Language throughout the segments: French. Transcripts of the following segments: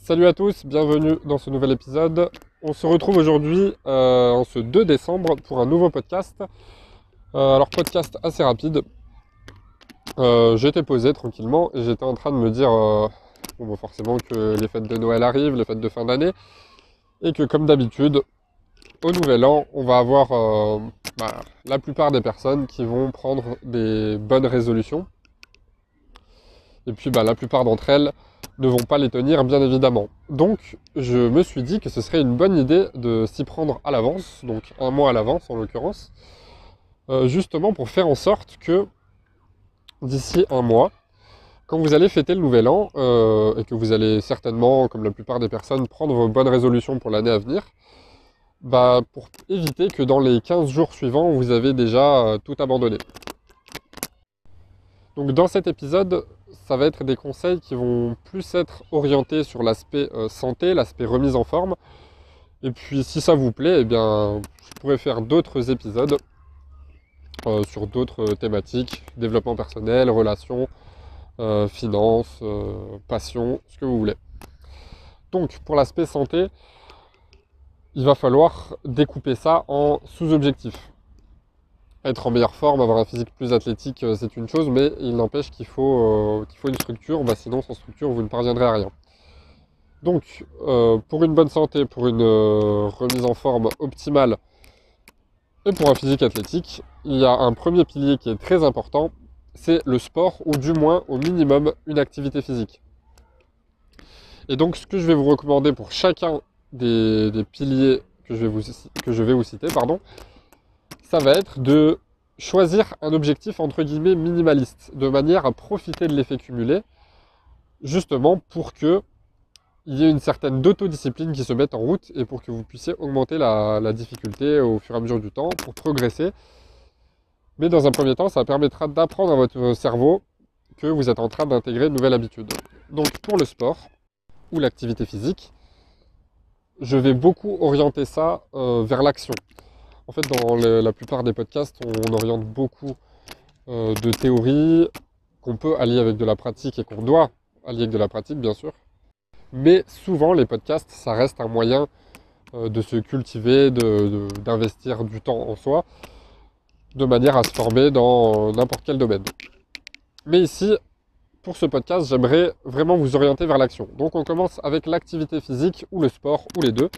Salut à tous, bienvenue dans ce nouvel épisode. On se retrouve aujourd'hui en ce 2 décembre pour un nouveau podcast. Alors podcast assez rapide. J'étais posé tranquillement et j'étais en train de me dire forcément que les fêtes de Noël arrivent, les fêtes de fin d'année, et que comme d'habitude, au Nouvel An, on va avoir la plupart des personnes qui vont prendre des bonnes résolutions. Et puis la plupart d'entre elles ne vont pas les tenir, bien évidemment. Donc je me suis dit que ce serait une bonne idée de s'y prendre à l'avance, donc un mois à l'avance en l'occurrence, justement pour faire en sorte que d'ici un mois, quand vous allez fêter le Nouvel An, et que vous allez certainement, comme la plupart des personnes, prendre vos bonnes résolutions pour l'année à venir, pour éviter que dans les 15 jours suivants, vous avez déjà tout abandonné. Donc dans cet épisode, ça va être des conseils qui vont plus être orientés sur l'aspect santé, l'aspect remise en forme. Et puis si ça vous plaît, eh bien, je pourrais faire d'autres épisodes sur d'autres thématiques, développement personnel, relations, finances, passion, ce que vous voulez. Donc pour l'aspect santé, il va falloir découper ça en sous-objectifs. Être en meilleure forme, avoir un physique plus athlétique, c'est une chose, mais il n'empêche qu'il faut une structure, sinon sans structure, vous ne parviendrez à rien. Donc, pour une bonne santé, pour une remise en forme optimale, et pour un physique athlétique, il y a un premier pilier qui est très important, c'est le sport, ou du moins, au minimum, une activité physique. Et donc, ce que je vais vous recommander pour chacun des piliers que je vais vous citer, ça va être de choisir un objectif entre guillemets minimaliste, de manière à profiter de l'effet cumulé, justement pour qu'il y ait une certaine autodiscipline qui se mette en route et pour que vous puissiez augmenter la difficulté au fur et à mesure du temps pour progresser. Mais dans un premier temps, ça permettra d'apprendre à votre cerveau que vous êtes en train d'intégrer une nouvelle habitude. Donc pour le sport ou l'activité physique, je vais beaucoup orienter ça vers l'action. En fait, dans la plupart des podcasts, on oriente beaucoup de théories qu'on peut allier avec de la pratique et qu'on doit allier avec de la pratique, bien sûr. Mais souvent, les podcasts, ça reste un moyen de se cultiver, d'investir du temps en soi, de manière à se former dans n'importe quel domaine. Mais ici, pour ce podcast, j'aimerais vraiment vous orienter vers l'action. Donc on commence avec l'activité physique ou le sport, ou les deux.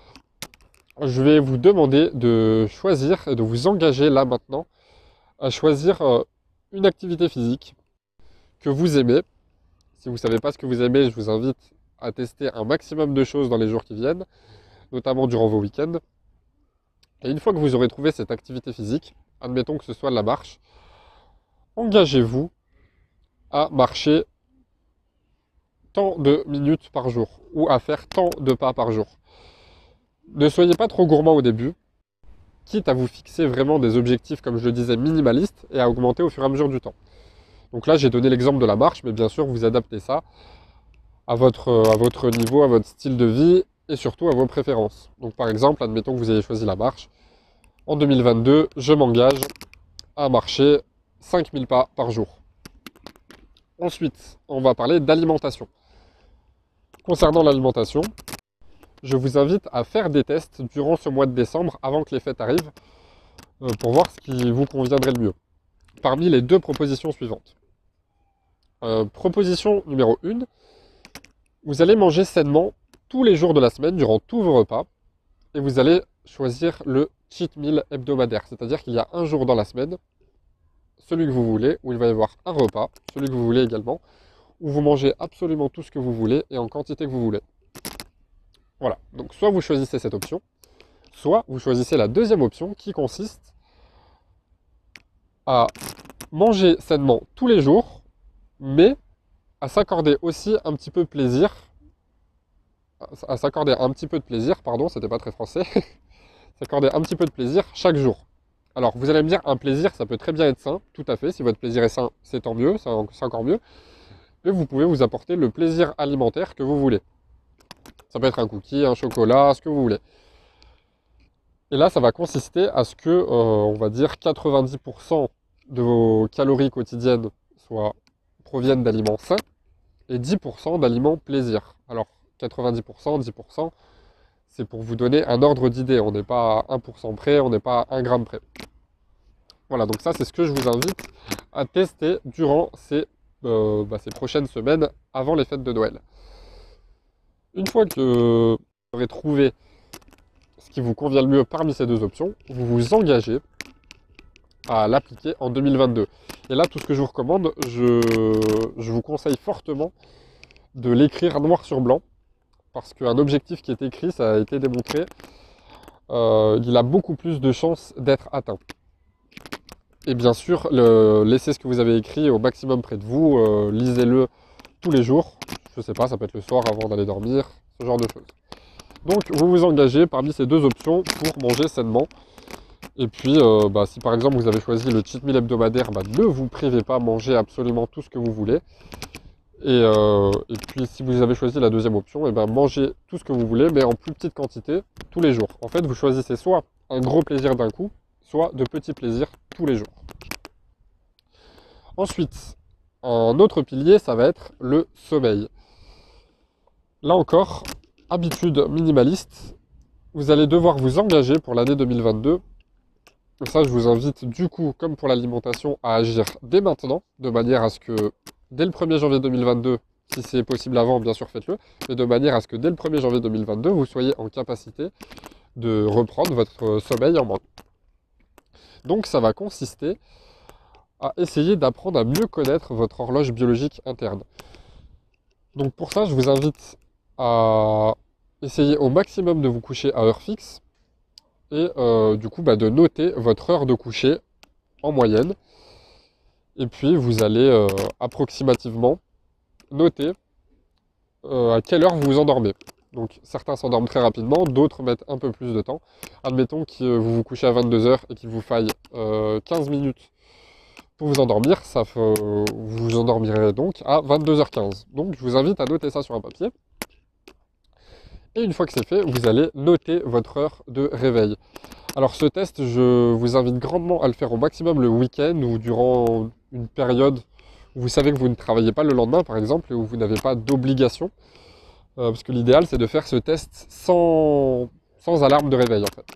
Je vais vous demander de choisir et de vous engager là maintenant à choisir une activité physique que vous aimez. Si vous ne savez pas ce que vous aimez, je vous invite à tester un maximum de choses dans les jours qui viennent, notamment durant vos week-ends. Et une fois que vous aurez trouvé cette activité physique, admettons que ce soit la marche, engagez-vous à marcher tant de minutes par jour ou à faire tant de pas par jour. Ne soyez pas trop gourmand au début, quitte à vous fixer vraiment des objectifs, comme je le disais, minimalistes et à augmenter au fur et à mesure du temps. Donc là, j'ai donné l'exemple de la marche, mais bien sûr, vous adaptez ça à votre niveau, à votre style de vie et surtout à vos préférences. Donc par exemple, admettons que vous ayez choisi la marche. En 2022, je m'engage à marcher 5000 pas par jour. Ensuite, on va parler d'alimentation. Concernant l'alimentation, je vous invite à faire des tests durant ce mois de décembre, avant que les fêtes arrivent, pour voir ce qui vous conviendrait le mieux. Parmi les deux propositions suivantes. Proposition numéro 1, vous allez manger sainement tous les jours de la semaine, durant tous vos repas, et vous allez choisir le cheat meal hebdomadaire, c'est-à-dire qu'il y a un jour dans la semaine, celui que vous voulez, où il va y avoir un repas, celui que vous voulez également, où vous mangez absolument tout ce que vous voulez et en quantité que vous voulez. Voilà, donc soit vous choisissez cette option, soit vous choisissez la deuxième option qui consiste à manger sainement tous les jours, mais à s'accorder aussi un petit peu de plaisir, c'était pas très français, s'accorder un petit peu de plaisir chaque jour. Alors, vous allez me dire, un plaisir, ça peut très bien être sain, tout à fait. Si votre plaisir est sain, c'est tant mieux, c'est encore mieux. Mais vous pouvez vous apporter le plaisir alimentaire que vous voulez. Ça peut être un cookie, un chocolat, ce que vous voulez. Et là, ça va consister à ce que, on va dire, 90% de vos calories quotidiennes proviennent d'aliments sains et 10% d'aliments plaisir. Alors, 90%, 10%. C'est pour vous donner un ordre d'idée. On n'est pas à 1% près, on n'est pas à 1 gramme près. Voilà, donc ça c'est ce que je vous invite à tester durant ces prochaines semaines avant les fêtes de Noël. Une fois que vous aurez trouvé ce qui vous convient le mieux parmi ces deux options, vous vous engagez à l'appliquer en 2022. Et là, tout ce que je vous recommande, je vous conseille fortement de l'écrire noir sur blanc, parce qu'un objectif qui est écrit, ça a été démontré, il a beaucoup plus de chances d'être atteint. Et bien sûr, laissez ce que vous avez écrit au maximum près de vous, lisez-le tous les jours, je sais pas, ça peut être le soir avant d'aller dormir, ce genre de choses. Donc vous vous engagez parmi ces deux options pour manger sainement. Et puis si par exemple vous avez choisi le cheat meal hebdomadaire, ne vous privez pas, mangez absolument tout ce que vous voulez. Et puis si vous avez choisi la deuxième option, mangez tout ce que vous voulez, mais en plus petite quantité tous les jours. En fait, vous choisissez soit un gros plaisir d'un coup, soit de petits plaisirs tous les jours. Ensuite, un autre pilier, ça va être le sommeil. Là encore, habitude minimaliste, vous allez devoir vous engager pour l'année 2022. Et ça, je vous invite du coup, comme pour l'alimentation, à agir dès maintenant, de manière à ce que dès le 1er janvier 2022, si c'est possible avant, bien sûr faites-le, mais de manière à ce que dès le 1er janvier 2022, vous soyez en capacité de reprendre votre sommeil en main. Donc ça va consister à essayer d'apprendre à mieux connaître votre horloge biologique interne. Donc pour ça, je vous invite à essayer au maximum de vous coucher à heure fixe et du coup de noter votre heure de coucher en moyenne. Et puis vous allez approximativement noter à quelle heure vous vous endormez. Donc certains s'endorment très rapidement, d'autres mettent un peu plus de temps. Admettons que vous vous couchez à 22h et qu'il vous faille 15 minutes pour vous endormir, vous vous endormirez donc à 22h15. Donc je vous invite à noter ça sur un papier. Et une fois que c'est fait, vous allez noter votre heure de réveil. Alors ce test, je vous invite grandement à le faire au maximum le week-end ou durant une période où vous savez que vous ne travaillez pas le lendemain par exemple et où vous n'avez pas d'obligation. Parce que l'idéal c'est de faire ce test sans alarme de réveil en fait.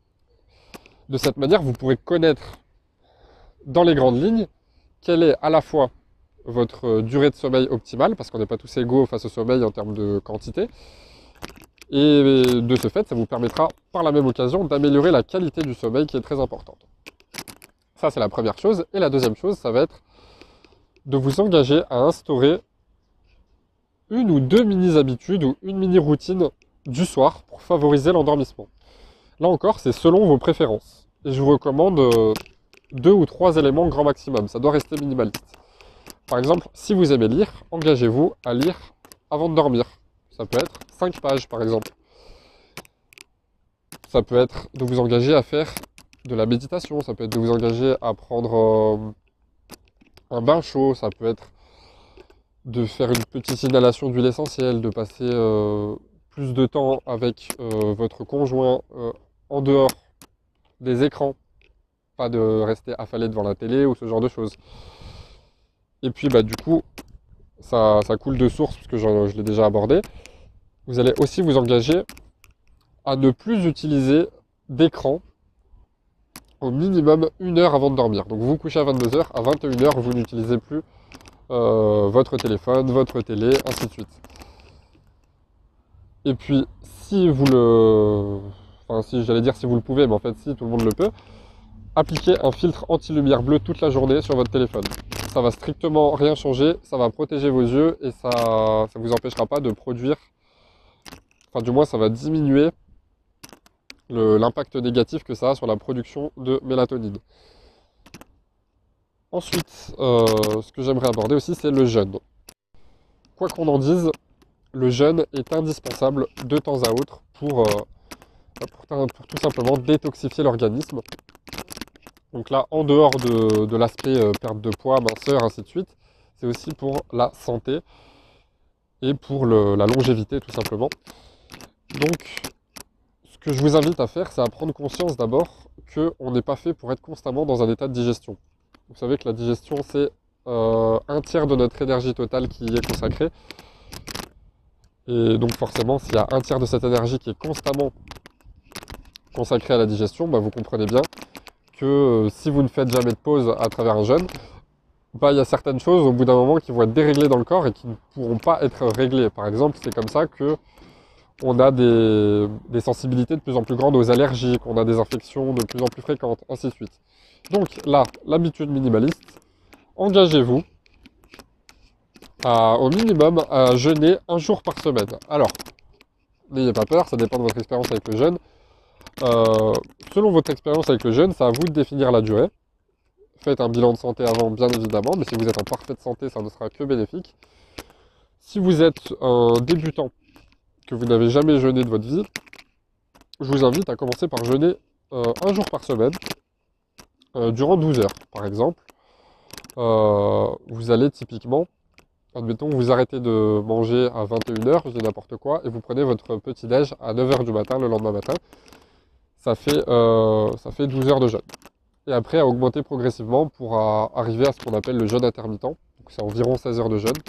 De cette manière, vous pourrez connaître dans les grandes lignes quelle est à la fois votre durée de sommeil optimale, parce qu'on n'est pas tous égaux face au sommeil en termes de quantité. Et de ce fait, ça vous permettra par la même occasion d'améliorer la qualité du sommeil qui est très importante. Ça, c'est la première chose. Et la deuxième chose, ça va être de vous engager à instaurer une ou deux mini-habitudes ou une mini-routine du soir pour favoriser l'endormissement. Là encore, c'est selon vos préférences. Et je vous recommande 2 ou 3 éléments grand maximum. Ça doit rester minimaliste. Par exemple, si vous aimez lire, engagez-vous à lire avant de dormir. Ça peut être 5 pages par exemple. Ça peut être de vous engager à faire de la méditation, ça peut être de vous engager à prendre un bain chaud, ça peut être de faire une petite inhalation d'huile essentielle, de passer plus de temps avec votre conjoint en dehors des écrans, pas de rester affalé devant la télé ou ce genre de choses. Et puis du coup, ça coule de source puisque je l'ai déjà abordé. Vous allez aussi vous engager à ne plus utiliser d'écran au minimum 1 heure avant de dormir. Donc vous vous couchez à 22h, à 21h vous n'utilisez plus votre téléphone, votre télé, ainsi de suite. Et puis si vous j'allais dire si vous le pouvez, mais en fait si tout le monde le peut, appliquez un filtre anti-lumière bleue toute la journée sur votre téléphone. Ça va strictement rien changer, ça va protéger vos yeux et ça vous empêchera pas de produire, enfin du moins ça va diminuer l'impact négatif que ça a sur la production de mélatonine. Ensuite, ce que j'aimerais aborder aussi, c'est le jeûne. Quoi qu'on en dise, le jeûne est indispensable de temps à autre pour tout simplement détoxifier l'organisme. Donc là, en dehors de l'aspect perte de poids, minceur, ainsi de suite, c'est aussi pour la santé et pour la longévité tout simplement. Donc, ce que je vous invite à faire, c'est à prendre conscience d'abord qu'on n'est pas fait pour être constamment dans un état de digestion. Vous savez que la digestion, c'est 1/3 de notre énergie totale qui y est consacrée. Et donc forcément, s'il y a un tiers de cette énergie qui est constamment consacrée à la digestion, bah, vous comprenez bien que si vous ne faites jamais de pause à travers un jeûne, bah, il y a certaines choses au bout d'un moment qui vont être déréglées dans le corps et qui ne pourront pas être réglées. Par exemple, c'est comme ça que on a des sensibilités de plus en plus grandes aux allergies, qu'on a des infections de plus en plus fréquentes, ainsi de suite. Donc là, l'habitude minimaliste, engagez-vous au minimum à jeûner un jour par semaine. Alors, n'ayez pas peur, ça dépend de votre expérience avec le jeûne. Selon votre expérience avec le jeûne, c'est à vous de définir la durée. Faites un bilan de santé avant, bien évidemment, mais si vous êtes en parfaite santé, ça ne sera que bénéfique. Si vous êtes un débutant, que vous n'avez jamais jeûné de votre vie, je vous invite à commencer par jeûner un jour par semaine, durant 12 heures, par exemple. Vous allez typiquement, admettons, vous arrêtez de manger à 21h, je dis n'importe quoi, et vous prenez votre petit-déj à 9h du matin, le lendemain matin. Ça fait 12 heures de jeûne. Et après, à augmenter progressivement pour arriver à ce qu'on appelle le jeûne intermittent. Donc c'est environ 16 heures de jeûne.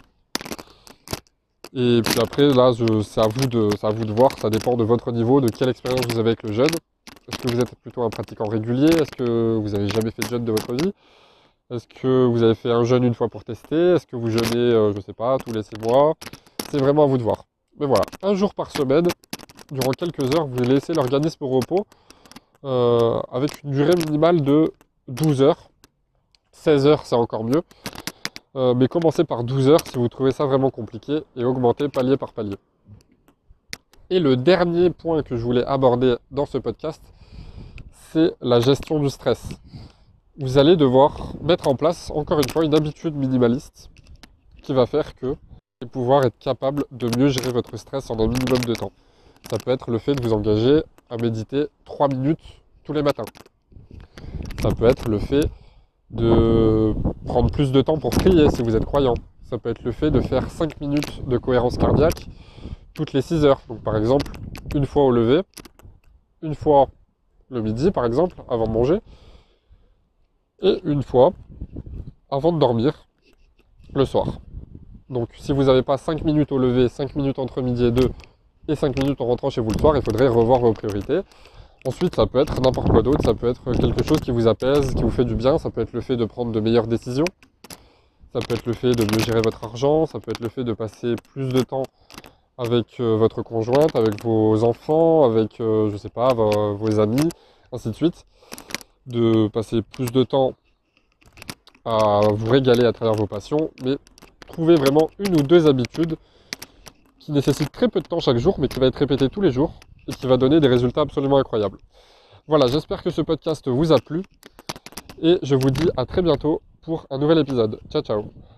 Et puis après, là, c'est à vous de voir, ça dépend de votre niveau, de quelle expérience vous avez avec le jeûne. Est-ce que vous êtes plutôt un pratiquant régulier? Est-ce que vous n'avez jamais fait de jeûne de votre vie? Est-ce que vous avez fait un jeûne une fois pour tester? Est-ce que vous jeûnez, je ne sais pas, tous les 6 mois? C'est vraiment à vous de voir. Mais voilà, un jour par semaine, durant quelques heures, vous laissez l'organisme au repos avec une durée minimale de 12 heures. 16 heures, c'est encore mieux. Mais commencez par 12 heures si vous trouvez ça vraiment compliqué et augmentez palier par palier. Et le dernier point que je voulais aborder dans ce podcast, c'est la gestion du stress. Vous allez devoir mettre en place, encore une fois, une habitude minimaliste qui va faire que vous allez pouvoir être capable de mieux gérer votre stress en un minimum de temps. Ça peut être le fait de vous engager à méditer 3 minutes tous les matins. Ça peut être le fait de prendre plus de temps pour prier si vous êtes croyant. Ça peut être le fait de faire 5 minutes de cohérence cardiaque toutes les 6 heures. Donc par exemple, une fois au lever, une fois le midi par exemple, avant de manger, et une fois avant de dormir le soir. Donc si vous n'avez pas 5 minutes au lever, 5 minutes entre midi et 2 et 5 minutes en rentrant chez vous le soir, il faudrait revoir vos priorités. Ensuite, ça peut être n'importe quoi d'autre, ça peut être quelque chose qui vous apaise, qui vous fait du bien, ça peut être le fait de prendre de meilleures décisions, ça peut être le fait de mieux gérer votre argent, ça peut être le fait de passer plus de temps avec votre conjointe, avec vos enfants, avec, je sais pas, vos amis, ainsi de suite. De passer plus de temps à vous régaler à travers vos passions, mais trouvez vraiment une ou deux habitudes qui nécessitent très peu de temps chaque jour, mais qui va être répétée tous les jours, et qui va donner des résultats absolument incroyables. Voilà, j'espère que ce podcast vous a plu, et je vous dis à très bientôt pour un nouvel épisode. Ciao, ciao!